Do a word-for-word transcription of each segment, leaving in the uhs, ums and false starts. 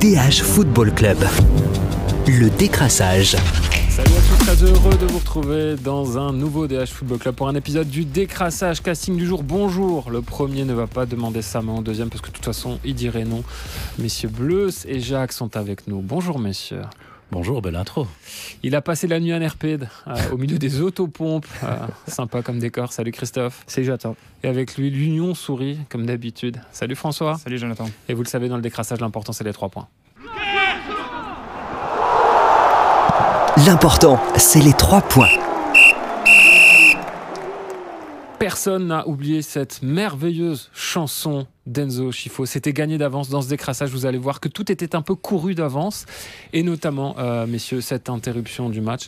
D H Football Club. Le décrassage. Salut à tous, très heureux de vous retrouver dans un nouveau D H Football Club pour un épisode du décrassage. Casting du jour, bonjour. Le premier ne va pas demander sa main au deuxième parce que de toute façon il dirait non. Messieurs Bleus et Jacques sont avec nous. Bonjour messieurs. Bonjour, belle intro. Il a passé la nuit à Nerpede, euh, au milieu des autopompes. Euh, sympa comme décor. Salut Christophe. Salut Jonathan. Et avec lui, l'Union sourit, comme d'habitude. Salut François. Salut Jonathan. Et vous le savez, dans le décrassage, l'important c'est les trois points. L'important, c'est les trois points. Personne n'a oublié cette merveilleuse chanson d'Enzo Scifo. C'était gagné d'avance dans ce décrassage. Vous allez voir que tout était un peu couru d'avance. Et notamment, euh, messieurs, cette interruption du match.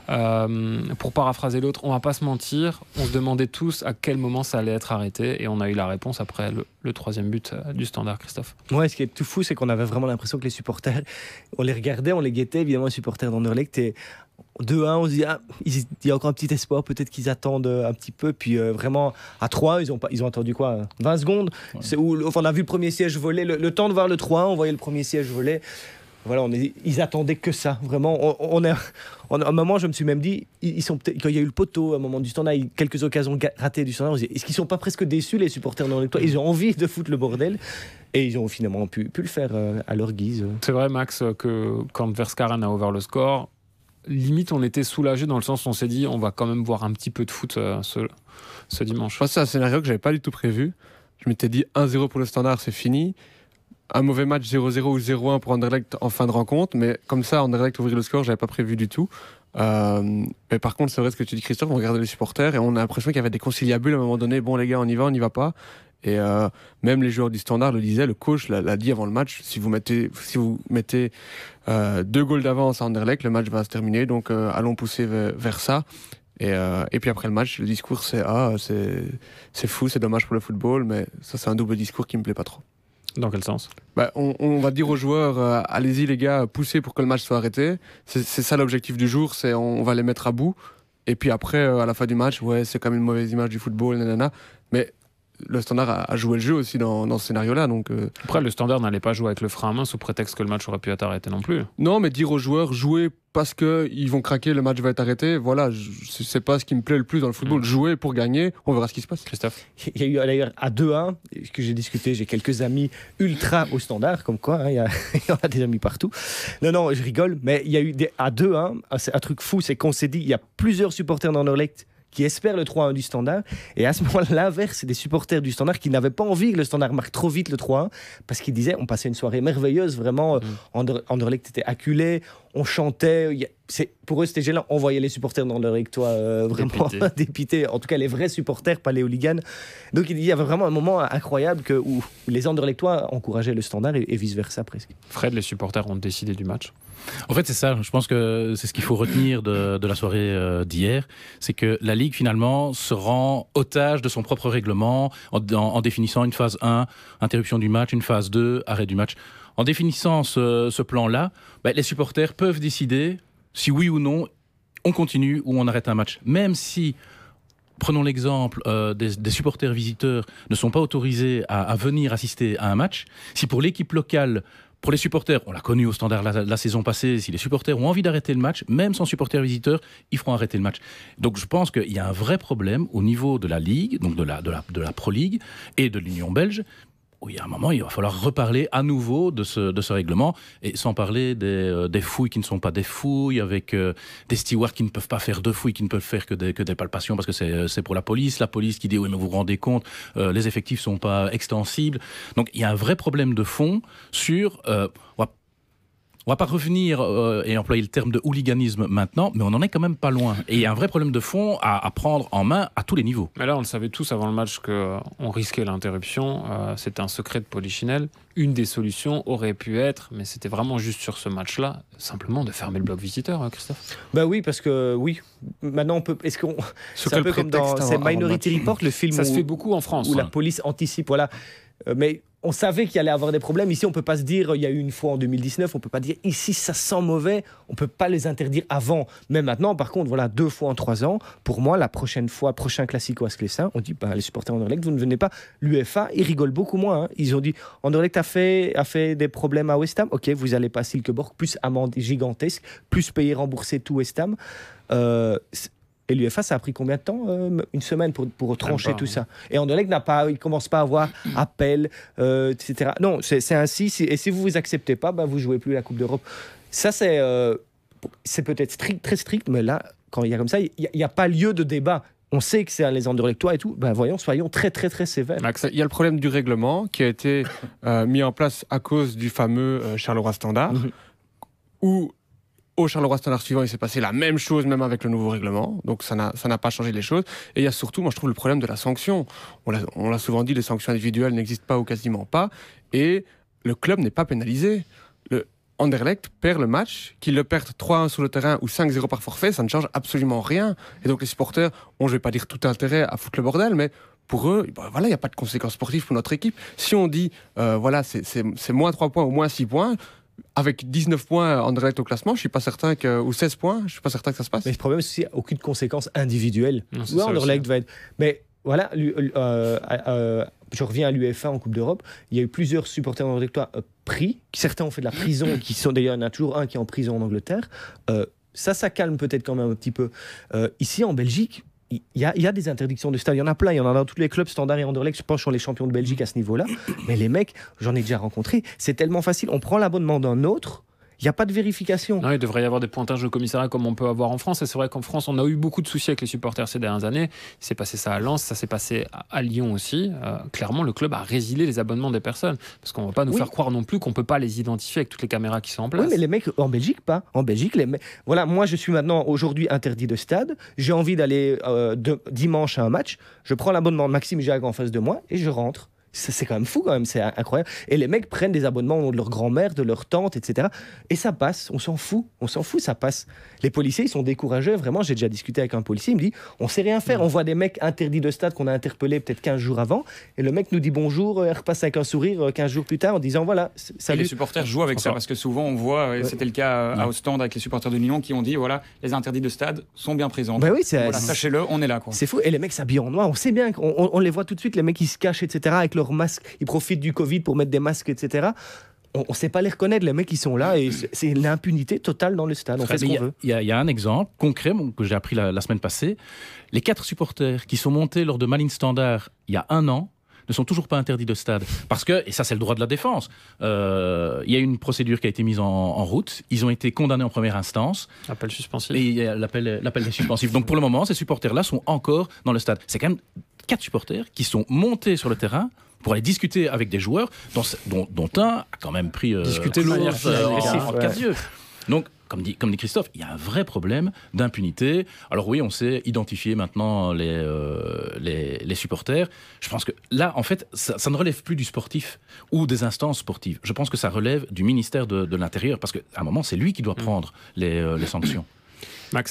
Euh, pour paraphraser l'autre, on va pas se mentir. On se demandait tous à quel moment ça allait être arrêté. Et on a eu la réponse après le, le troisième but euh, du Standard, Christophe. Ouais, ce qui est tout fou, c'est qu'on avait vraiment l'impression que les supporters, on les regardait, on les guettait. Évidemment, les supporters d'Anderlecht, et deux un, on se dit, ah, il y a encore un petit espoir, peut-être qu'ils attendent un petit peu. Puis euh, vraiment, à trois, ils ont, pas, ils ont attendu quoi, vingt secondes. Ouais. C'est où, enfin, on a vu le premier siège voler. Le, le temps de voir le trois un, on voyait le premier siège voler. Voilà, on est, ils attendaient que ça, vraiment. On, on est, on, à un moment, je me suis même dit, ils sont quand il y a eu le poteau, à un moment du Standard, il y a eu quelques occasions ratées du Standard, on se dit, est-ce qu'ils ne sont pas presque déçus, les supporters dans l'étoile ? Ils ont envie de foutre le bordel, et ils ont finalement pu, pu le faire euh, à leur guise. C'est vrai, Max, que quand Verskaren a ouvert le score, limite, on était soulagé dans le sens où on s'est dit, on va quand même voir un petit peu de foot euh, ce, ce dimanche. Moi, c'est un scénario que je n'avais pas du tout prévu. Je m'étais dit un zéro pour le Standard, c'est fini. Un mauvais match zéro zéro ou zéro un pour Anderlecht en fin de rencontre, mais comme ça, Anderlecht ouvrir le score, je n'avais pas prévu du tout. Euh, mais par contre, c'est vrai ce que tu dis, Christophe, on regardait les supporters et on a l'impression qu'il y avait des conciliabules à un moment donné. Bon, les gars, on y va, on n'y va pas. Et euh, même les joueurs du Standard le disaient, le coach l'a, l'a dit avant le match, si vous mettez, si vous mettez euh, deux goals d'avance à Anderlecht, le match va se terminer, donc euh, allons pousser vers, vers ça. Et, euh, et puis après le match, le discours c'est ah, c'est, c'est fou, c'est dommage pour le football, mais ça c'est un double discours qui me plaît pas trop. Dans quel sens ? Bah, on, on va dire aux joueurs, euh, allez-y les gars, poussez pour que le match soit arrêté. C'est, c'est ça l'objectif du jour, c'est on, on va les mettre à bout. Et puis après, euh, à la fin du match, ouais, c'est quand même une mauvaise image du football, nanana. Mais le Standard a, a joué le jeu aussi dans, dans ce scénario-là. Donc, euh... Après, le Standard n'allait pas jouer avec le frein à main sous prétexte que le match aurait pu être arrêté non plus. Non, mais dire aux joueurs, jouez parce qu'ils vont craquer, le match va être arrêté. Voilà, je, c'est pas ce qui me plaît le plus dans le football. Mmh. Jouer pour gagner, on verra ce qui se passe. Christophe ? Il y a eu d'ailleurs à deux un, que j'ai discuté, j'ai quelques amis ultra au Standard, comme quoi, hein, il, y a, il y en a des amis partout. Non, non, je rigole, mais il y a eu des, à deux un, c'est un truc fou, c'est qu'on s'est dit, il y a plusieurs supporters d'Anderlecht qui espèrent le trois un du Standard, et à ce moment-là, l'inverse, c'est des supporters du Standard qui n'avaient pas envie que le Standard marque trop vite le trois un, parce qu'ils disaient, on passait une soirée merveilleuse, vraiment, mmh. Ander, Anderlecht était acculé, on chantait, c'est, pour eux c'était gênant, on voyait les supporters d'Anderlechtois euh, vraiment dépités. dépités, en tout cas les vrais supporters, pas les hooligans. Donc il y avait vraiment un moment incroyable que, où les Anderlechtois encourageaient le Standard et, et vice-versa presque. Fred, les supporters ont décidé du match ? En fait, c'est ça. Je pense que c'est ce qu'il faut retenir de, de la soirée euh, d'hier. C'est que la Ligue, finalement, se rend otage de son propre règlement en, en, en définissant une phase un, interruption du match, une phase deux, arrêt du match. En définissant ce, ce plan-là, bah, les supporters peuvent décider si oui ou non on continue ou on arrête un match. Même si, prenons l'exemple, euh, des, des supporters visiteurs ne sont pas autorisés à, à venir assister à un match, si pour l'équipe locale, pour les supporters, on l'a connu au Standard la, la saison passée, si les supporters ont envie d'arrêter le match, même sans supporters visiteurs, ils feront arrêter le match. Donc je pense qu'il y a un vrai problème au niveau de la Ligue, donc de la, de la, de la Pro League et de l'Union belge, où il y a un moment, il va falloir reparler à nouveau de ce, de ce règlement, et sans parler des, euh, des fouilles qui ne sont pas des fouilles, avec euh, des stewards qui ne peuvent pas faire de fouilles, qui ne peuvent faire que des, que des palpations, parce que c'est, c'est pour la police, la police qui dit « oui, mais vous vous rendez compte, euh, les effectifs ne sont pas extensibles ». Donc il y a un vrai problème de fond sur... Euh, on va, On ne va pas revenir euh, et employer le terme de hooliganisme maintenant, mais on n'en est quand même pas loin. Et il y a un vrai problème de fond à, à prendre en main à tous les niveaux. Mais là, on le savait tous avant le match qu'on risquait l'interruption. Euh, c'était un secret de Polichinelle. Une des solutions aurait pu être, mais c'était vraiment juste sur ce match-là, simplement de fermer le bloc visiteur, hein, Christophe. Bah oui, parce que oui. Maintenant, on peut. Est-ce qu'on Sur c'est un peu comme dans c'est Minority Report, le film ça où, se fait beaucoup en France. où hein. la police anticipe. Voilà. Euh, mais on savait qu'il allait avoir des problèmes. Ici, on ne peut pas se dire, il y a eu une fois en deux mille dix-neuf, on ne peut pas dire, ici, ça sent mauvais, on ne peut pas les interdire avant. Mais maintenant, par contre, voilà, deux fois en trois ans, pour moi, la prochaine fois, prochain Classico à Sclessin, on dit, bah, les supporters Anderlecht, vous ne venez pas. L'U F A, ils rigolent beaucoup moins. Hein. Ils ont dit, Anderlecht a fait, a fait des problèmes à West Ham, ok, vous n'allez pas à Silkeborg, plus amende gigantesque, plus payer, rembourser tout West Ham. Euh, Et l'U F A, ça a pris combien de temps euh, Une semaine pour, pour trancher pas, tout ouais. ça. Et Anderlecht n'a pas, il ne commence pas à avoir appel, euh, et cetera. Non, c'est, c'est ainsi. Si, et si vous ne vous acceptez pas, bah, vous ne jouez plus la Coupe d'Europe. Ça, c'est, euh, c'est peut-être strict, très strict, mais là, quand il y a comme ça, il n'y a, a pas lieu de débat. On sait que c'est les Anderlechtois et tout. Ben voyons, soyons très, très, très sévères. Il y a le problème du règlement qui a été euh, mis en place à cause du fameux euh, Charleroi Standard, mm-hmm. où au Charleroi Standard suivant, il s'est passé la même chose, même avec le nouveau règlement. Donc, ça n'a, ça n'a pas changé les choses. Et il y a surtout, moi, je trouve, le problème de la sanction. On l'a, on l'a souvent dit, les sanctions individuelles n'existent pas ou quasiment pas. Et le club n'est pas pénalisé. Le Anderlecht perd le match, qu'il le perde trois un sur le terrain ou cinq zéro par forfait, ça ne change absolument rien. Et donc, les supporters ont, je ne vais pas dire tout intérêt à foutre le bordel, mais pour eux, ben voilà, il n'y a pas de conséquences sportives pour notre équipe. Si on dit, euh, voilà, c'est, c'est, c'est moins trois points ou moins six points, avec dix-neuf points Anderlecht au classement, je suis pas certain que, ou seize points, je suis pas certain que ça se passe. Mais le problème, c'est qu'il n'y a aucune conséquence individuelle. Non, ouais, Anderlecht va être. Mais voilà, euh, euh, je reviens à l'U F A en Coupe d'Europe. Il y a eu plusieurs supporters anderlechtois euh, pris. Certains ont fait de la prison, qui sont d'ailleurs, il y en a toujours un qui est en prison en Angleterre. Euh, ça, ça calme peut-être quand même un petit peu. Euh, ici, en Belgique, il y, a, il y a des interdictions de stade, il y en a plein, il y en a dans tous les clubs Standard et Anderlecht, je pense sont les champions de Belgique à ce niveau-là, mais les mecs, j'en ai déjà rencontré, c'est tellement facile, on prend l'abonnement d'un autre, il n'y a pas de vérification. Non, il devrait y avoir des pointages au commissariat comme on peut avoir en France. Et c'est vrai qu'en France, on a eu beaucoup de soucis avec les supporters ces dernières années. Il s'est passé ça à Lens, ça s'est passé à Lyon aussi. Euh, clairement, le club a résilié les abonnements des personnes. Parce qu'on ne va pas nous oui. faire croire non plus qu'on ne peut pas les identifier avec toutes les caméras qui sont en place. Oui, mais les mecs, en Belgique, pas. En Belgique, les mecs... Voilà, moi, je suis maintenant, aujourd'hui, interdit de stade. J'ai envie d'aller euh, de... dimanche à un match. Je prends l'abonnement de Maxime Jacques en face de moi et je rentre. C'est quand même fou, quand même, c'est incroyable. Et les mecs prennent des abonnements au nom de leur grand-mère, de leur tante, et cetera. Et ça passe, on s'en fout, on s'en fout, ça passe. Les policiers, ils sont découragés, vraiment. J'ai déjà discuté avec un policier, il me dit, on sait rien faire. On voit des mecs interdits de stade qu'on a interpellés peut-être quinze jours avant, et le mec nous dit bonjour, il repasse avec un sourire quinze jours plus tard en disant voilà, salut. Et les supporters jouent avec ça, parce que souvent on voit, et ouais. c'était le cas à Ostende avec les supporters de Lyon qui ont dit voilà, les interdits de stade sont bien présents. Ben oui, c'est, voilà, c'est... sachez-le, on est là, quoi. C'est fou, et les mecs s'habillent en noir, on sait bien, on, on, on les voit tout de suite, les mecs ils se cachent, et cetera, avec leurs masques, ils profitent du Covid pour mettre des masques, et cetera. On ne sait pas les reconnaître, les mecs qui sont là, et c'est, c'est l'impunité totale dans le stade. On fait ce qu'on veut. Il y, y a un exemple concret bon, que j'ai appris la, la semaine passée. Les quatre supporters qui sont montés lors de Malines Standard il y a un an ne sont toujours pas interdits de stade. Parce que, et ça c'est le droit de la défense, euh, il y a une procédure qui a été mise en, en route, ils ont été condamnés en première instance. Appel suspensif. Et il y a l'appel, l'appel est suspensif. Donc pour le moment, ces supporters-là sont encore dans le stade. C'est quand même quatre supporters qui sont montés sur le terrain pour aller discuter avec des joueurs dont, dont, dont un a quand même pris euh, discuter de manière euh, en, en quatre yeux. Donc, comme dit, comme dit Christophe, il y a un vrai problème d'impunité. Alors oui, on sait identifier maintenant les, euh, les, les supporters. Je pense que là, en fait, ça, ça ne relève plus du sportif ou des instances sportives. Je pense que ça relève du ministère de, de l'Intérieur, parce qu'à un moment, c'est lui qui doit prendre les, euh, les sanctions. Max ?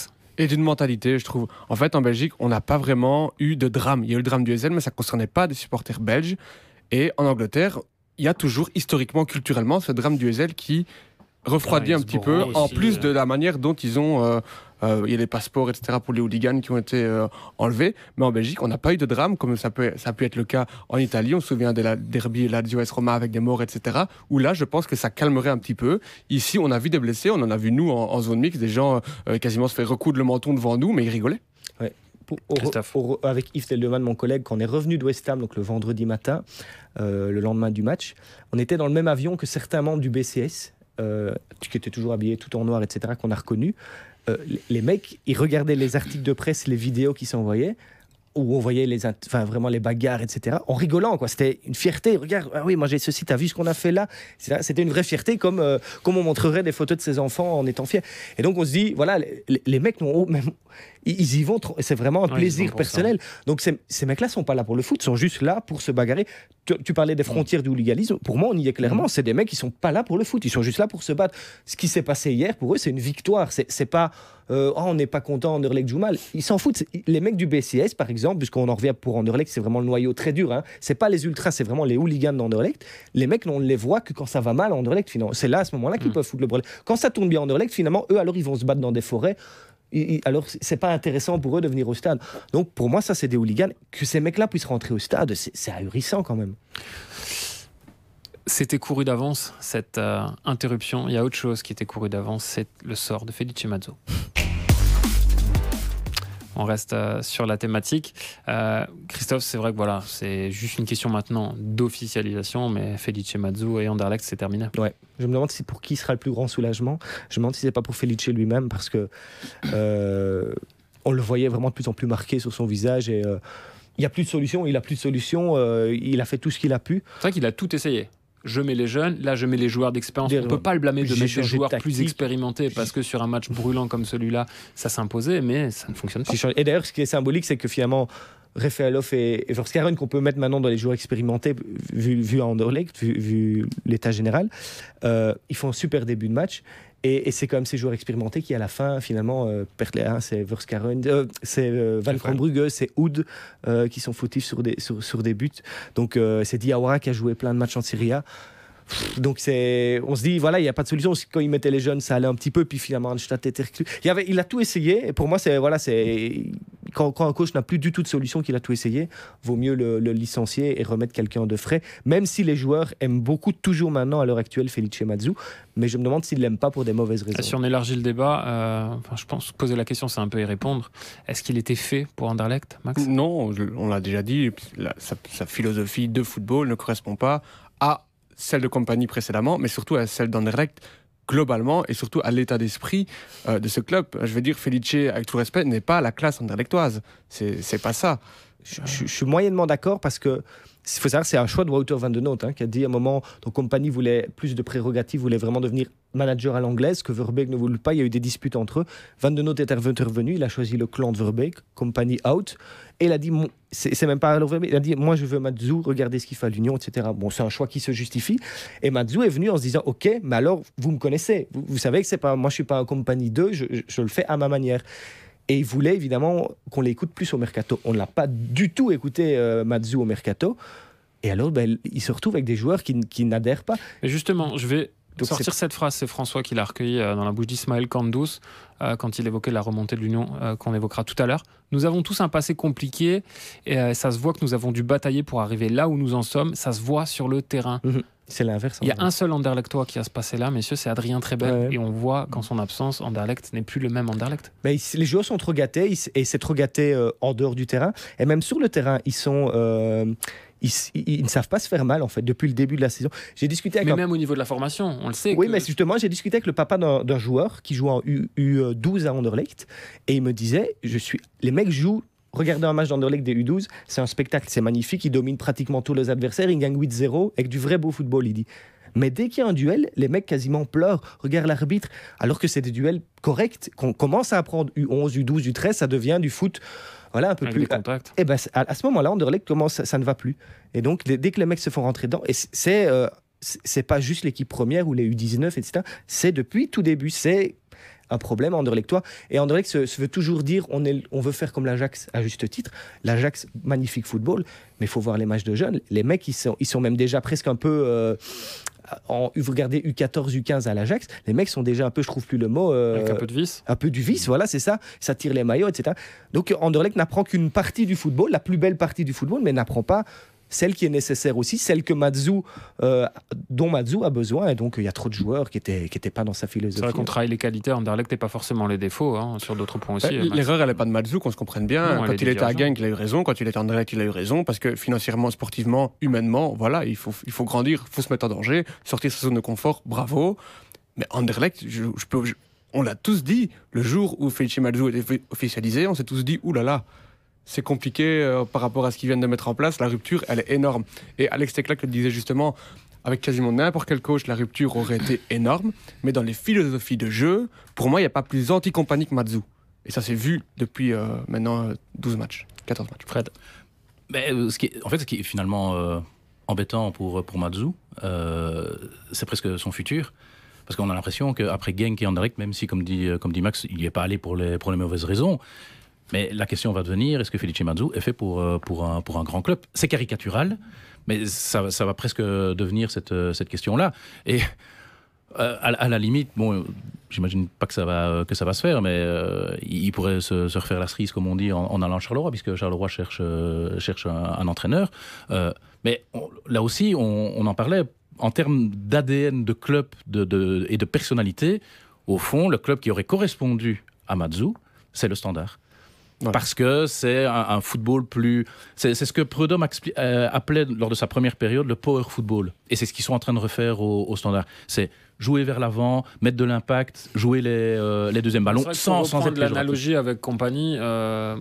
Et d'une mentalité, je trouve. En fait, en Belgique, on n'a pas vraiment eu de drame. Il y a eu le drame du S L, mais ça ne concernait pas des supporters belges. Et en Angleterre, il y a toujours, historiquement, culturellement, ce drame du S L qui refroidit un petit peu, en plus de la manière dont ils ont... Euh, euh, il y a les passeports, et cetera, pour les hooligans qui ont été euh, enlevés. Mais en Belgique, on n'a pas eu de drame, comme ça peut, ça peut être le cas en Italie. On se souvient des la, derby Lazio S Roma avec des morts, et cetera. Où là, je pense que ça calmerait un petit peu. Ici, on a vu des blessés. On en a vu, nous, en, en zone mixte, des gens euh, quasiment se faire recoudre le menton devant nous, mais ils rigolaient. Ouais. Pour, au, au, avec Yves Teldeman, mon collègue, quand on est revenu de West Ham, donc le vendredi matin, euh, le lendemain du match, on était dans le même avion que certains membres du B C S, euh, qui étaient toujours habillés tout en noir, et cetera, qu'on a reconnus. Euh, les, les mecs, ils regardaient les articles de presse, les vidéos qui s'envoyaient, où on voyait les, enfin, vraiment les bagarres, et cetera, en rigolant, quoi. C'était une fierté. Regarde, ah oui, moi j'ai ceci, t'as vu ce qu'on a fait là? C'était une vraie fierté, comme, euh, comme on montrerait des photos de ses enfants en étant fiers. Et donc on se dit, voilà, les, les mecs, n'ont même, ils y vont, c'est vraiment un ouais, plaisir personnel. Ça. Donc ces, ces mecs-là sont pas là pour le foot, ils sont juste là pour se bagarrer. tu, tu parlais des frontières du hooliganisme. Pour moi, on y est clairement. C'est des mecs qui sont pas là pour le foot. Ils sont juste là pour se battre. Ce qui s'est passé hier, pour eux, c'est une victoire. C'est, c'est pas euh, oh, on n'est pas content, Anderlecht joue mal. Ils s'en foutent. Les mecs du B C S, par exemple, puisqu'on en revient pour Anderlecht, c'est vraiment le noyau très dur. Hein. C'est pas les ultras, c'est vraiment les hooligans d'Anderlecht. Les mecs, on ne les voit que quand ça va mal à Anderlecht. Finalement, c'est là à ce moment-là qu'ils mmh. peuvent foutre le bordel. Quand ça tourne bien à Anderlecht, finalement, eux, alors ils vont se battre dans des forêts. Et, et, alors, c'est pas intéressant pour eux de venir au stade. Donc, pour moi, ça, c'est des hooligans. Que ces mecs-là puissent rentrer au stade, c'est, c'est ahurissant quand même. C'était couru d'avance, cette euh, interruption. Il y a autre chose qui était couru d'avance, c'est le sort de Felice Mazzu. On reste euh, sur la thématique. Euh, Christophe, c'est vrai que voilà, c'est juste une question maintenant d'officialisation, mais Felice Mazzu et Anderlecht, c'est terminé. Ouais. Je me demande si pour qui sera le plus grand soulagement. Je me demande si c'est pas pour Felice lui-même, parce que euh, on le voyait vraiment de plus en plus marqué sur son visage et euh, il n'y a plus de solution. Il a plus de solution. Euh, il a fait tout ce qu'il a pu. C'est vrai qu'il a tout essayé. Je mets les jeunes, là je mets les joueurs d'expérience. On ne peut pas le blâmer de mettre des joueurs tactique. plus expérimentés parce que sur un match brûlant comme celui-là, ça s'imposait, mais ça ne fonctionne pas. Et d'ailleurs, ce qui est symbolique, c'est que finalement, Refaelov et Verskaren, qu'on peut mettre maintenant dans les joueurs expérimentés, vu, vu à Anderlecht, vu, vu l'état général, euh, ils font un super début de match. Et, et c'est quand même ces joueurs expérimentés qui, à la fin, finalement, euh, perdent les uns. C'est Verskaren, euh, c'est euh, Van Krombrugge, c'est Oud euh, qui sont fautifs sur des, sur, sur des buts. Donc, euh, c'est Diawara qui a joué plein de matchs en Serie A. Donc c'est, on se dit voilà, il n'y a pas de solution. Quand il mettait les jeunes, ça allait un petit peu, puis finalement Arnstadt était reclus. Il, y avait, il a tout essayé. Et pour moi, c'est voilà, c'est quand, quand un coach n'a plus du tout de solution, qu'il a tout essayé, vaut mieux le, le licencier et remettre quelqu'un de frais. Même si les joueurs aiment beaucoup toujours maintenant à l'heure actuelle Felice Mazzu, mais je me demande s'ils l'aiment pas pour des mauvaises raisons. Si on élargit le débat, euh, enfin, je pense que poser la question, c'est un peu y répondre. Est-ce qu'il était fait pour Anderlecht, Max ? Non, on l'a déjà dit. La, sa, sa philosophie de football ne correspond pas à celle de Compagnie précédemment, mais surtout à celle d'Anderlecht globalement et surtout à l'état d'esprit euh, de ce club. Je veux dire, Felice, avec tout respect, n'est pas la classe anderlechtoise. C'est, c'est pas ça. Je, je, je suis moyennement d'accord parce que il faut savoir, c'est un choix de Wouter van de Noot hein, qui a dit à un moment, donc Compagnie voulait plus de prérogatives, voulait vraiment devenir manager à l'anglaise, que Verbeek ne voulait pas. Il y a eu des disputes entre eux. Van de Noot est intervenu, il a choisi le clan de Verbeek, Compagnie out, et il a dit, c'est, c'est même pas alors Verbeek, il a dit, moi je veux Mazzu, regardez ce qu'il fait à l'Union, et cetera. Bon, c'est un choix qui se justifie. Et Mazzu est venu en se disant, ok, mais alors vous me connaissez, vous, vous savez que c'est pas, moi je suis pas un Compagnie deux, je, je, je le fais à ma manière. Et il voulait évidemment qu'on l'écoute plus au mercato. On ne l'a pas du tout écouté euh, Mazzu au mercato. Et alors, ben, il se retrouve avec des joueurs qui, qui n'adhèrent pas. Mais justement, je vais Donc sortir c'est... cette phrase. C'est François qui l'a recueillie euh, dans la bouche d'Ismaël Kandous euh, quand il évoquait la remontée de l'Union euh, qu'on évoquera tout à l'heure. Nous avons tous un passé compliqué et euh, ça se voit que nous avons dû batailler pour arriver là où nous en sommes. Ça se voit sur le terrain. Mmh. C'est l'inverse. Il y a un seul Anderlechtois qui a se passé là, messieurs, c'est Adrien Trebel. Ouais. Et on voit qu'en son absence, Anderlecht n'est plus le même Anderlecht. Mais les joueurs sont trop gâtés et c'est trop gâté euh, en dehors du terrain. Et même sur le terrain, ils sont... Euh, Ils, ils, ils ne savent pas se faire mal en fait depuis le début de la saison. J'ai discuté avec mais un... même au niveau de la formation, on le sait. Oui, que... mais justement, j'ai discuté avec le papa d'un, d'un joueur qui joue en U, U douze à Anderlecht et il me disait, je suis, les mecs jouent. Regardez un match d'Anderlecht des U douze, c'est un spectacle, c'est magnifique, ils dominent pratiquement tous les adversaires, ils gagnent huit zéro avec du vrai beau football, il dit. Mais dès qu'il y a un duel, les mecs quasiment pleurent, regardent l'arbitre, alors que c'est des duels corrects, qu'on commence à apprendre U onze, U douze, U treize, ça devient du foot. Voilà, un peu avec plus. Et ben, à, à ce moment-là, Anderlecht commence, ça, ça ne va plus. Et donc, dès que les mecs se font rentrer dedans, et c'est, euh, c'est pas juste l'équipe première ou les U dix-neuf, et cetera. C'est depuis tout début, c'est un problème anderlechtois. Et Anderlecht se, se veut toujours dire on, est, on veut faire comme l'Ajax à juste titre. L'Ajax, magnifique football, mais il faut voir les matchs de jeunes. Les mecs, ils sont, ils sont même déjà presque un peu. Euh, En, vous regardez U quatorze, U quinze à l'Ajax, les mecs sont déjà un peu, je trouve plus le mot... Euh, Avec un peu de vice. Un peu du vice, voilà, c'est ça. Ça tire les maillots, et cetera. Donc Anderlecht n'apprend qu'une partie du football, la plus belle partie du football, mais n'apprend pas celle qui est nécessaire aussi, celle que Mazzu, euh, dont Mazzu a besoin. Et donc, il y a trop de joueurs qui n'étaient qui étaient pas dans sa philosophie. C'est vrai qu'on travaille les qualités, Anderlecht et pas forcément les défauts, hein, sur d'autres points aussi. Bah, l'erreur, elle n'est pas de Mazzu, qu'on se comprenne bien. Non, quand il était à Genk, il a eu raison. Quand il était à Anderlecht, il a eu raison. Parce que financièrement, sportivement, humainement, voilà, il faut, il faut grandir, il faut se mettre en danger, sortir de sa zone de confort, bravo. Mais Anderlecht, je, je peux, je, on l'a tous dit, le jour où Felice Mazzu était officialisé, on s'est tous dit, oulala, c'est compliqué euh, par rapport à ce qu'ils viennent de mettre en place. La rupture, elle est énorme. Et Alex Teclac le disait justement, avec quasiment n'importe quel coach, la rupture aurait été énorme. Mais dans les philosophies de jeu, pour moi, il n'y a pas plus anti-compagnie que Mazzu. Et ça s'est vu depuis euh, maintenant douze matchs, quatorze matchs. Fred. Mais, euh, ce qui est, en fait, ce qui est finalement euh, embêtant pour, pour Matsu. Euh, c'est presque son futur. Parce qu'on a l'impression qu'après Genk et Anderlecht, même si, comme dit, comme dit Max, il n'y est pas allé pour les, pour les mauvaises raisons, mais la question va devenir, est-ce que Felice Matsu est fait pour, pour, un, pour un grand club ? C'est caricatural, mais ça, ça va presque devenir cette, cette question-là. Et euh, à, à la limite, bon, j'imagine pas que ça va, que ça va se faire, mais euh, il pourrait se, se refaire la cerise, comme on dit, en, en allant à Charleroi, puisque Charleroi cherche, euh, cherche un, un entraîneur. Euh, mais on, là aussi, on, on en parlait, en termes d'A D N de club de, de, et de personnalité, au fond, le club qui aurait correspondu à Matsu, c'est le Standard. Voilà. Parce que c'est un, un football plus... C'est, c'est ce que Prudhomme expli- euh, appelait lors de sa première période le power football. Et c'est ce qu'ils sont en train de refaire au, au Standard. C'est jouer vers l'avant, mettre de l'impact, jouer les, euh, les deuxièmes ballons, sans, sans être l'analogie avec compagnie... Euh...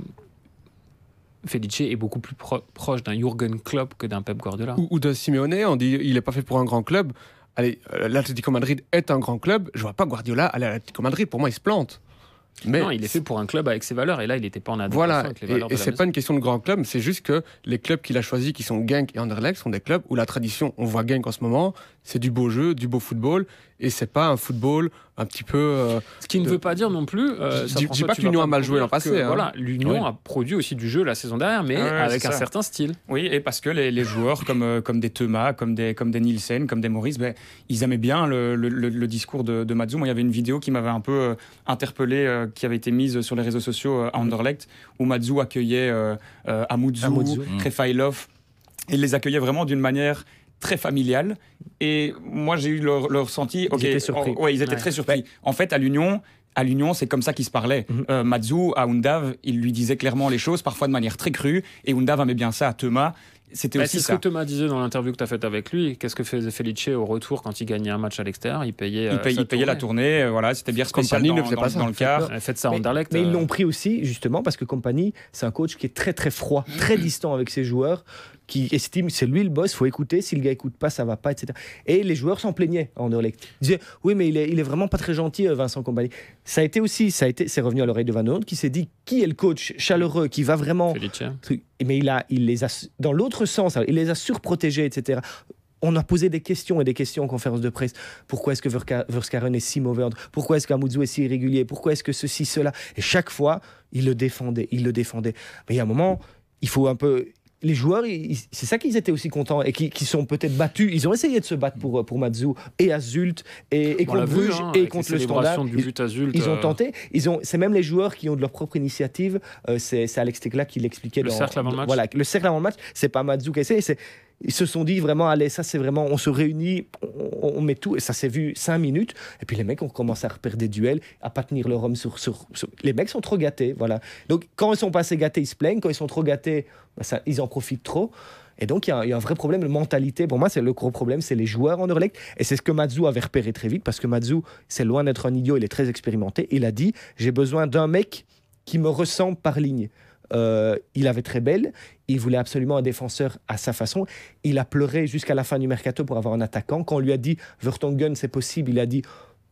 Felice est beaucoup plus pro- proche d'un Jürgen Klopp que d'un Pep Guardiola. Ou, ou de Simeone, on dit il n'est pas fait pour un grand club. Allez, euh, l'Atlético Madrid est un grand club. Je ne vois pas Guardiola aller à l'Atlético Madrid. Pour moi, il se plante. Mais non, il est fait pour un club avec ses valeurs. Et là, il n'était pas en adéquation voilà, avec les valeurs et, de et la c'est maison. pas une question de grand club. C'est juste que les clubs qu'il a choisis, qui sont Genk et Anderlecht, sont des clubs où la tradition, on voit Genk en ce moment, c'est du beau jeu, du beau football. Et c'est pas un football un petit peu... Euh, Ce qui ne de... veut pas dire non plus... Euh, je ne dis pas que l'Union a mal joué l'an passé. Que, hein. Voilà, l'Union oui. a produit aussi du jeu la saison dernière, mais ah ouais, avec un ça. certain style. Oui, et parce que les, les joueurs comme, euh, comme des Thomas, comme des, comme des Nielsen, comme des Maurice, ben, ils aimaient bien le, le, le, le discours de, de Matsu. Moi, il y avait une vidéo qui m'avait un peu euh, interpellé, euh, qui avait été mise sur les réseaux sociaux euh, à Anderlecht, où Matsu accueillait euh, euh, Amundsen, Krefailov, et les accueillait vraiment d'une manière... très familial, et moi j'ai eu le, le ressenti ils okay, étaient surpris oh, ouais, ils étaient ouais. très surpris ouais. En fait à l'Union à l'Union c'est comme ça qu'ils se parlaient. mm-hmm. euh, Matsu à Undav il lui disait clairement les choses, parfois de manière très crue, et Undav aimait bien ça à Thomas. C'était bah, aussi c'est ça. ce que Thomas disait dans l'interview que tu as faite avec lui. Qu'est-ce que faisait Felice au retour quand il gagnait un match à l'extérieur? Il payait, il paye, euh, il payait la tournée. Euh, voilà, c'était bien spécial Compagnie dans, ne faisait dans, pas dans, ça. dans le quart. Faites ça à Anderlecht. Mais, mais euh... ils l'ont pris aussi, justement, parce que Compagnie, c'est un coach qui est très très froid, très distant avec ses joueurs, qui estime c'est lui le boss, il faut écouter, si le gars écoute pas, ça va pas, et cetera. Et les joueurs s'en plaignaient à Anderlecht. Ils disaient, oui, mais il est, il est vraiment pas très gentil, Vincent Compagnie. Ça a été aussi, ça a été, c'est revenu à l'oreille de Van Honor, qui s'est dit, qui est le coach chaleureux, qui va vraiment... Felice. Mais il, a, il les a, dans l'autre sens, il les a surprotégés, et cetera. On a posé des questions et des questions en conférence de presse. Pourquoi est-ce que Verskaren est si mauvais? Pourquoi est-ce qu'Amundsen est si irrégulier? Pourquoi est-ce que ceci, cela? Et chaque fois, il le défendait, il le défendait. Mais il y a un moment, il faut un peu... Les joueurs, ils, c'est ça qu'ils étaient aussi contents et qui, qui sont peut-être battus. Ils ont essayé de se battre pour, pour Matsu et à Zult et, et contre Bruges hein, et contre le Standard. Du but à Zult, ils, ils ont tenté. Ils ont, c'est même les joueurs qui ont de leur propre initiative. Euh, c'est, c'est Alex Tecla qui l'expliquait. Le dans, cercle avant le match. Voilà, le cercle avant le match. C'est pas Matsu qui essaie. C'est, ils se sont dit vraiment, allez, ça c'est vraiment, on se réunit, on, on met tout, et ça s'est vu cinq minutes, et puis les mecs ont commencé à repérer des duels, à pas tenir leur homme sur, sur, sur... Les mecs sont trop gâtés, voilà. Donc quand ils sont pas assez gâtés, ils se plaignent, quand ils sont trop gâtés, bah, ça, ils en profitent trop. Et donc, il y, y a un vrai problème de mentalité. Pour moi, c'est le gros problème, c'est les joueurs en Anderlecht. Et c'est ce que Matsu avait repéré très vite, parce que Matsu, c'est loin d'être un idiot, il est très expérimenté. Il a dit, j'ai besoin d'un mec qui me ressemble par ligne. Euh, il avait très belle, il voulait absolument un défenseur à sa façon. Il a pleuré jusqu'à la fin du mercato pour avoir un attaquant. Quand on lui a dit Vertonghen c'est possible, il a dit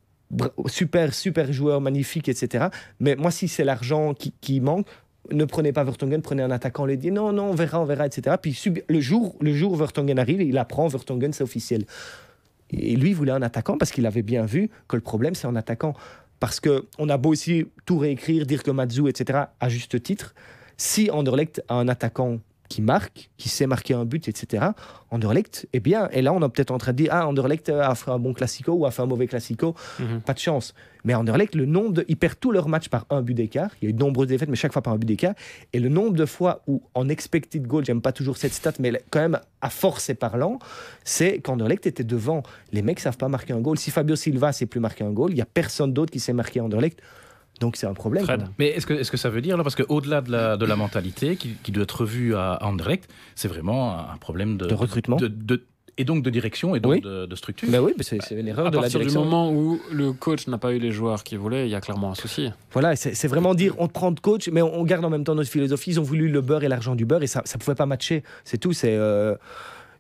super, super joueur, magnifique, et cetera. Mais moi, si c'est l'argent qui, qui manque, ne prenez pas Vertonghen, prenez un attaquant. On lui dit non, non, on verra, on verra, et cetera. Puis le jour, le jour où Vertonghen arrive, il apprend Vertonghen, c'est officiel. Et lui, il voulait un attaquant parce qu'il avait bien vu que le problème, c'est un attaquant. Parce qu'on a beau aussi tout réécrire, dire que Matsu, et cetera, à juste titre. Si Anderlecht a un attaquant qui marque, qui sait marquer un but, et cetera, Anderlecht est bien. Et là, on est peut-être en train de dire ah, Anderlecht a fait un bon classico ou a fait un mauvais classico. Mm-hmm. Pas de chance. Mais Anderlecht, le nombre de... ils perdent tous leurs matchs par un but d'écart. Il y a eu de nombreuses défaites, mais chaque fois par un but d'écart. Et le nombre de fois où, en expected goal, j'aime pas toujours cette stat, mais quand même, à force et parlant, c'est qu'Anderlecht était devant. Les mecs savent pas marquer un goal. Si Fabio Silva sait plus marquer un goal, il y a personne d'autre qui sait marquer Anderlecht. Donc c'est un problème. Fred. Mais est-ce que, est-ce que ça veut dire, là, parce qu'au-delà de la, de la mentalité qui, qui doit être revue à Anderlecht, c'est vraiment un problème de, de recrutement de, de, et donc de direction et donc oui. de, de structure. Ben oui, mais c'est, c'est une erreur à de la direction. À partir du moment où le coach n'a pas eu les joueurs qu'il voulait, il y a clairement un souci. Voilà, c'est, c'est vraiment dire on te prend de coach, mais on, on garde en même temps notre philosophie. Ils ont voulu le beurre et l'argent du beurre et ça ne pouvait pas matcher. C'est tout. C'est... Euh...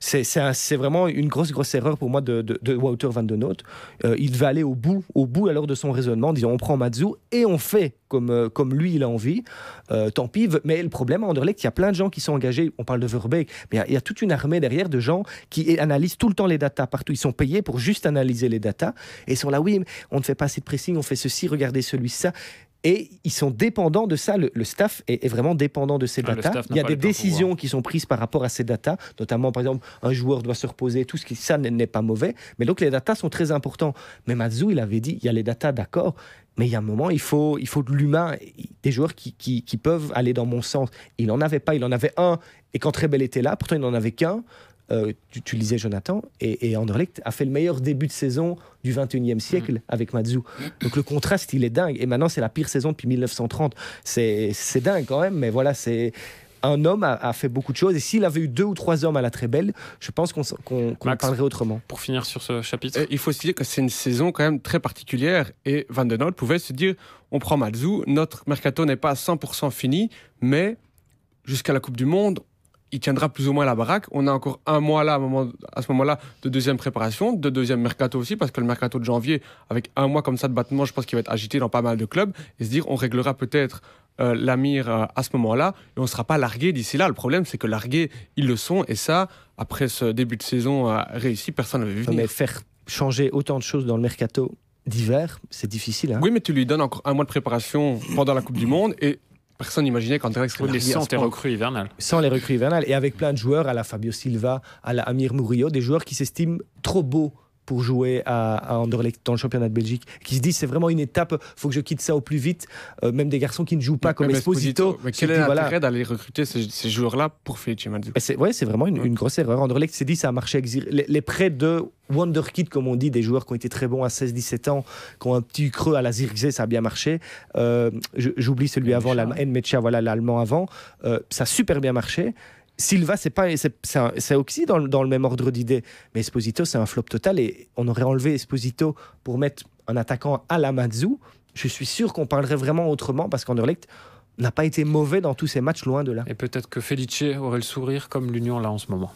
c'est, c'est, un, c'est vraiment une grosse, grosse erreur pour moi de, de, de Wouter van de Noot. Euh, il devait aller au bout, au bout alors de son raisonnement, en disant on prend Matsu et on fait comme, euh, comme lui il a envie. Euh, tant pis, mais le problème à Anderlecht, il y a plein de gens qui sont engagés. On parle de Verbeek, mais il y, a, il y a toute une armée derrière de gens qui analysent tout le temps les datas partout. Ils sont payés pour juste analyser les datas et ils sont là, oui, on ne fait pas assez de pressing, on fait ceci, regardez celui, ça. Et ils sont dépendants de ça. Le, le staff est, est vraiment dépendant de ces Ah, datas. Il y a des décisions qui sont prises par rapport à ces datas, notamment, par exemple, un joueur doit se reposer, tout ce qui, ça n'est pas mauvais. Mais donc, les datas sont très importants. Mais Matsu, il avait dit, il y a les datas, d'accord, mais il y a un moment, il faut, il faut de l'humain, des joueurs qui, qui, qui peuvent aller dans mon sens. Il n'en avait pas, il en avait un. Et quand Trebel était là, pourtant, il n'en avait qu'un. Euh, tu, tu lisais Jonathan, et, et Anderlecht a fait le meilleur début de saison du vingt et unième siècle mmh. avec Matsu. Donc le contraste, il est dingue. Et maintenant, c'est la pire saison depuis mille neuf cent trente. C'est, c'est dingue quand même, mais voilà, c'est... Un homme a, a fait beaucoup de choses, et s'il avait eu deux ou trois hommes à la Trebel, je pense qu'on, qu'on, qu'on Max, parlerait autrement. Pour finir sur ce chapitre. Euh, il faut se dire que c'est une saison quand même très particulière, et Van de Noot pouvait se dire, on prend Matsu, notre mercato n'est pas à cent pour cent fini, mais jusqu'à la Coupe du Monde, il tiendra plus ou moins la baraque. On a encore un mois là, à, moment, à ce moment-là, de deuxième préparation, de deuxième mercato aussi, parce que le mercato de janvier, avec un mois comme ça de battement, je pense qu'il va être agité dans pas mal de clubs, et se dire, on réglera peut-être euh, l'Amir euh, à ce moment-là, et on ne sera pas largué d'ici là. Le problème, c'est que largués, ils le sont, et ça, après ce début de saison euh, réussi, personne n'avait vu venir. Mais faire changer autant de choses dans le mercato d'hiver, c'est difficile. Hein. Oui, mais tu lui donnes encore un mois de préparation pendant la Coupe du Monde, et personne n'imaginait qu'Anderlecht serait les sans tes recrues hivernales. Sans les recrues hivernales. Et avec plein de joueurs, à la Fabio Silva, à la Amir Murillo, des joueurs qui s'estiment trop beaux pour jouer à, à Anderlecht dans le championnat de Belgique, qui se disent c'est vraiment une étape, il faut que je quitte ça au plus vite. Euh, même des garçons qui ne jouent pas mais, comme mais Esposito. Esposito. Mais quel est l'intérêt voilà. d'aller recruter ces, ces joueurs-là pour Felice Matsu? C'est, ouais, c'est vraiment une, ouais. une grosse erreur. Anderlecht s'est dit ça a marché avec Zir... les, les prêts de Wonderkid, comme on dit, des joueurs qui ont été très bons à seize dix-sept ans, qui ont un petit creux à la Zirkzee, ça a bien marché. Euh, je, j'oublie celui Nmecha. avant, l'Allemand, Nmecha, voilà, l'Allemand avant. Euh, ça a super bien marché. Silva, c'est, pas, c'est, c'est, un, c'est aussi dans le, dans le même ordre d'idée. Mais Esposito, c'est un flop total. Et on aurait enlevé Esposito pour mettre un attaquant à la Matsu. Je suis sûr qu'on parlerait vraiment autrement, parce qu'Anderlecht n'a pas été mauvais dans tous ces matchs, loin de là. Et peut-être que Felice aurait le sourire comme l'Union là en ce moment.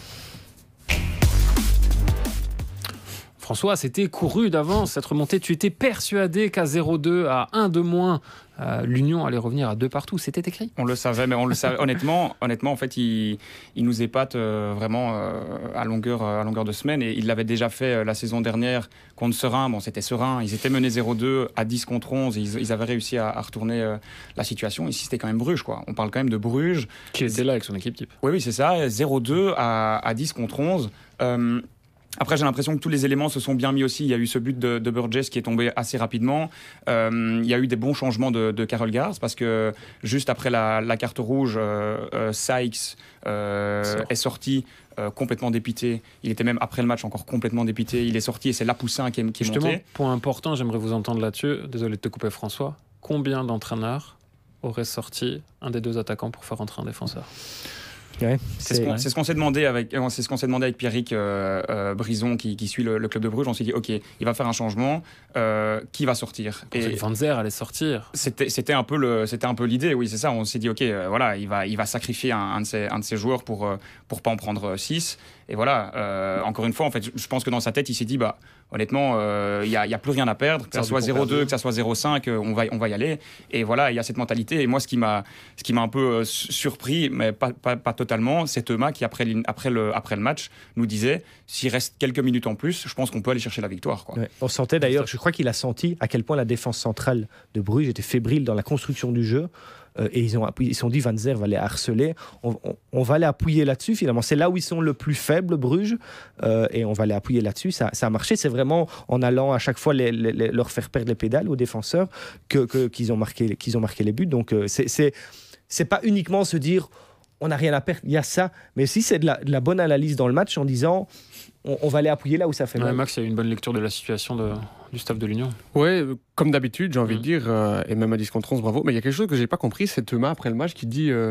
François, c'était couru d'avance cette remontée. Tu étais persuadé qu'à zéro deux, à un de moins, euh, l'Union allait revenir à deux partout. C'était écrit. On le savait, mais on le savait. honnêtement, honnêtement, en fait, il, il nous épate euh, vraiment euh, à longueur, à longueur de semaine. Et il l'avait déjà fait euh, la saison dernière contre Serein. Bon, c'était Serein. Ils étaient menés zéro deux à dix contre onze. Et ils, ils avaient réussi à, à retourner euh, la situation. Ici, c'était quand même Bruges, quoi. On parle quand même de Bruges. Qui était là avec son équipe type. Oui, oui, c'est ça. zéro deux à, à dix contre onze. Euh, Après, j'ai l'impression que tous les éléments se sont bien mis aussi. Il y a eu ce but de, de Burgess qui est tombé assez rapidement. Euh, il y a eu des bons changements de, de Karel Gars, parce que juste après la, la carte rouge, euh, euh, Sykes euh, est sorti euh, complètement dépité. Il était même après le match encore complètement dépité. Il est sorti et c'est Lapoussin qui est, qui est Justement, monté. Point important, j'aimerais vous entendre là-dessus. Désolé de te couper, François. Combien d'entraîneurs auraient sorti un des deux attaquants pour faire entrer un défenseur ? Ouais, c'est, c'est, ce qu'on, c'est ce qu'on s'est demandé avec, c'est ce qu'on s'est demandé avec Pierrick euh, euh, Brison qui, qui suit le, le club de Bruges. On s'est dit ok, il va faire un changement, euh, qui va sortir? Et Van Zer allait sortir. C'était, c'était un peu le, c'était un peu l'idée, oui, c'est ça. On s'est dit ok, euh, voilà, il va, il va sacrifier un, un de ses, un de ses joueurs pour euh, pour pas en prendre six. Et voilà, euh, encore une fois, en fait, je pense que dans sa tête, il s'est dit bah honnêtement, il euh, y a, y a plus rien à perdre, que ça soit zéro deux, que ça soit zéro cinq, on va, on va y aller. Et voilà, il y a cette mentalité. Et moi, ce qui m'a, ce qui m'a un peu surpris, mais pas, pas, pas totalement, c'est Thomas qui, après, après, le, après le match, nous disait s'il reste quelques minutes en plus, je pense qu'on peut aller chercher la victoire, quoi. Ouais, on sentait d'ailleurs, je crois qu'il a senti à quel point la défense centrale de Bruges était fébrile dans la construction du jeu. Euh, et ils ont ils se sont dit Van Zer va les harceler, on, on, on va les appuyer là-dessus finalement, c'est là où ils sont le plus faibles, Bruges, euh, et on va les appuyer là-dessus. Ça, ça a marché, c'est vraiment en allant à chaque fois les, les, les, leur faire perdre les pédales aux défenseurs que, que, qu'ils, ont marqué, qu'ils ont marqué les buts. Donc euh, c'est, c'est, c'est pas uniquement se dire on n'a rien à perdre, il y a ça, mais aussi c'est de la, de la bonne analyse dans le match en disant on, on va les appuyer là où ça fait mal. Ouais, Max, il y a eu une bonne lecture de la situation de, du staff de l'Union. Oui, comme d'habitude, j'ai envie mmh. de dire, euh, et même à dix contre onze, bravo. Mais il y a quelque chose que je n'ai pas compris, c'est Thomas, après le match, qui dit euh,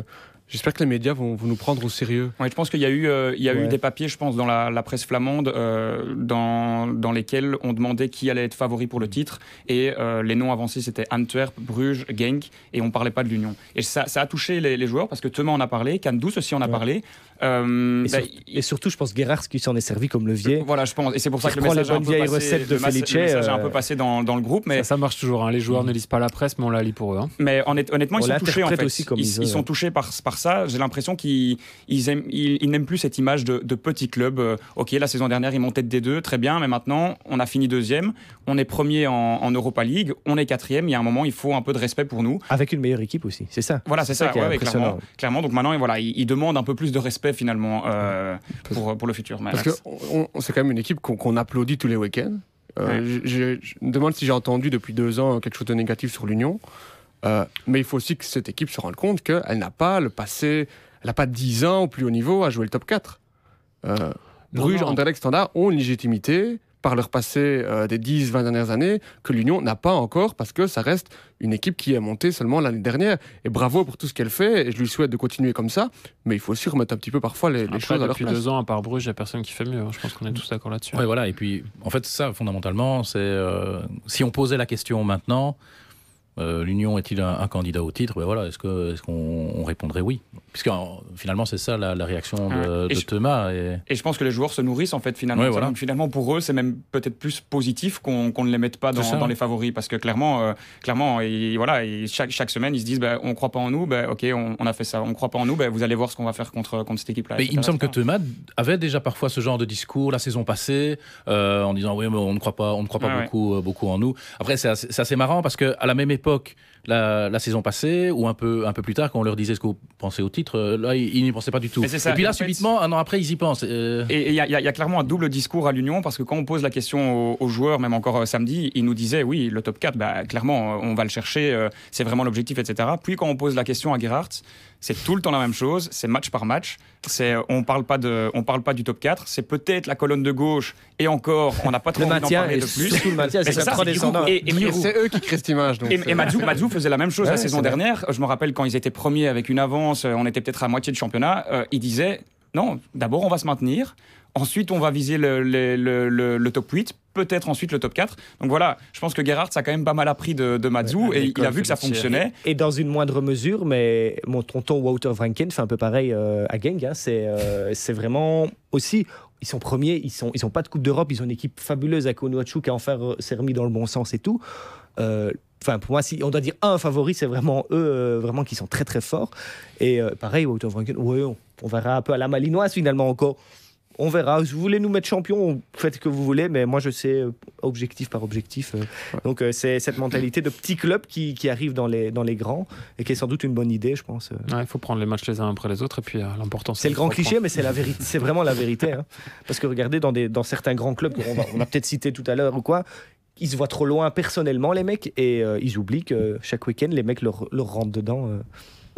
j'espère que les médias vont, vont nous prendre au sérieux. Ouais, je pense qu'il y a eu, euh, il y a Ouais. eu des papiers, je pense, dans la, la presse flamande, euh, dans, dans lesquels on demandait qui allait être favori pour le titre. Et euh, les noms avancés, c'était Antwerp, Bruges, Genk, et on parlait pas de l'Union. Et ça, ça a touché les, les joueurs, parce que Thomas en a parlé, Kandus aussi en a Ouais. parlé. Euh, Et, bah, sur- et surtout, je pense Gerrard qui s'en est servi comme levier. Voilà, je pense. Et c'est pour ça Qui que le reprend message, les a un bonnes peu vieilles passé, recettes de le mas- Felice, le message a un euh, peu passé dans, dans le groupe. Mais, Ça, ça marche toujours. Hein. Les joueurs ne lisent pas la presse, mais on la lit pour eux. Hein. mais honnêt- honnêtement, On ils sont touchés en l'interprète fait. aussi comme ils, ils ils veulent. sont touchés par, par ça. J'ai l'impression qu'ils ils aiment, ils, ils n'aiment plus cette image de, de petit club. Euh, ok, la saison dernière, ils montaient de D deux, très bien, mais maintenant, on a fini deuxième. On est premier en, en Europa League. On est quatrième. Il y a un moment, il faut un peu de respect pour nous. Avec une meilleure équipe aussi, c'est ça. Voilà, c'est ça, qui est ouais, ouais, impressionnant. clairement, clairement. Donc maintenant, voilà, ils, ils demandent un peu plus de respect finalement euh, pour, pour le futur. Parce Max. que on- on- c'est quand même une équipe qu'on, qu'on applaudit tous les week-ends. Euh, Ouais. je, je- je me demande si j'ai entendu depuis deux ans quelque chose de négatif sur l'Union. Euh, mais il faut aussi que cette équipe se rende compte qu'elle n'a pas le passé, elle n'a pas dix ans au plus haut niveau à jouer le top quatre. Euh, Non, Bruges, non. Anderlecht, Standard ont une légitimité par leur passé euh, des dix vingt dernières années que l'Union n'a pas encore parce que ça reste une équipe qui est montée seulement l'année dernière. Et bravo pour tout ce qu'elle fait et je lui souhaite de continuer comme ça. Mais il faut aussi remettre un petit peu parfois les, les Après, choses à leur depuis place. deux ans, à part Bruges, il n'y a personne qui fait mieux. hein. Je pense qu'on est tous d'accord là-dessus. Ouais, voilà. Et puis, en fait, ça, fondamentalement, c'est euh, si on posait la question maintenant, euh, l'Union est-il un, un candidat au titre? Ben voilà, est-ce que est-ce qu'on on répondrait oui? Puisque en- finalement, c'est ça la, la réaction de, Ouais. Et de je- Thomas. Et... Et je pense que les joueurs se nourrissent en fait finalement. Ouais, de ça. voilà. Donc finalement pour eux c'est même peut-être plus positif qu'on qu'on ne les mette pas dans, C'est ça, dans ouais. les favoris parce que clairement, euh, clairement et voilà, et chaque, chaque semaine ils se disent bah, on croit pas en nous, bah, ok on, on a fait ça, on croit pas en nous, bah, vous allez voir ce qu'on va faire contre, contre cette équipe-là. Mais et cetera, il me semble que et cetera. Thomas avait déjà parfois ce genre de discours la saison passée, euh, en disant oui, mais on ne croit pas, on ne croit pas Ouais, beaucoup, euh, beaucoup en nous. Après, c'est assez, c'est assez marrant parce que à la même époque, la, la saison passée ou un peu, un peu plus tard, quand on leur disait ce que vous pensez au titre, euh, là, ils, ils n'y pensaient pas du tout. Mais c'est ça. Et puis là, En fait, subitement, un an après, ils y pensent. Euh, Et il y, a- y a- y a clairement un double discours à l'Union parce que quand on pose la question aux, aux joueurs, même encore euh, samedi, ils nous disaient oui, le top quatre, bah, clairement, euh, on va le chercher, euh, c'est vraiment l'objectif, et cetera. Puis quand on pose la question à Gerhardt, c'est tout le temps la même chose, c'est match par match. C'est, on parle pas de, on parle pas du top quatre, c'est peut-être la colonne de gauche et encore, on n'a pas trop Le envie d'en maintien parler et de plus. surtout le maintien, Mais c'est c'est comme ça, trois c'est descendants. Et, et, Et c'est eux qui créent cette image. Donc et, c'est- et Madzou, Madzou faisait la même chose Ouais, la c'est saison vrai. dernière. Je me rappelle quand ils étaient premiers avec une avance, euh, on était peut-être à moitié de championnat. Euh, ils disaient non, d'abord on va se maintenir, ensuite on va viser le, le, le, le, le top huit, peut-être ensuite le top quatre. Donc voilà, je pense que Gerhardt ça a quand même pas mal appris de, de Madzou Ouais, et il a vu que ça l'école fonctionnait. Et dans une moindre mesure, mais mon tonton Wouter Franken fait un peu pareil euh, à Genk. Hein. C'est, euh, c'est vraiment aussi. Ils sont premiers, ils sont, ils sont pas de Coupe d'Europe, ils ont une équipe fabuleuse avec Onuachu qui a enfin re- s'est remis dans le bon sens et tout. Euh, Enfin, pour moi, si on doit dire un favori, c'est vraiment eux, euh, vraiment qui sont très très forts. Et euh, pareil, Wouter Franken, ouais, on, on verra un peu à la malinoise finalement encore. On verra. Si vous voulez nous mettre champion, faites ce que vous voulez, mais moi je sais euh, objectif par objectif. euh. Donc euh, c'est cette mentalité de petit club qui, qui arrive dans les, dans les grands et qui est sans doute une bonne idée, je pense. euh. Ouais, il faut prendre les matchs les uns après les autres et puis euh, l'important C'est le grand cliché, mais c'est la vérité. C'est vraiment la vérité. Hein. Parce que regardez, dans, des, dans certains grands clubs, qu'on va- on a peut-être cité tout à l'heure ou quoi, ils se voient trop loin personnellement, les mecs, et euh, ils oublient que chaque week-end, les mecs leur, leur rentrent dedans. euh.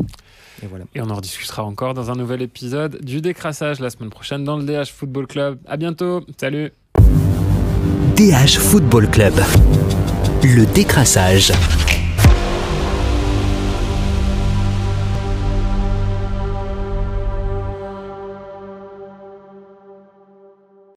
Et voilà. Et on en rediscutera encore dans un nouvel épisode du Décrassage la semaine prochaine dans le D H Football Club. À bientôt. Salut. D H Football Club. Le décrassage.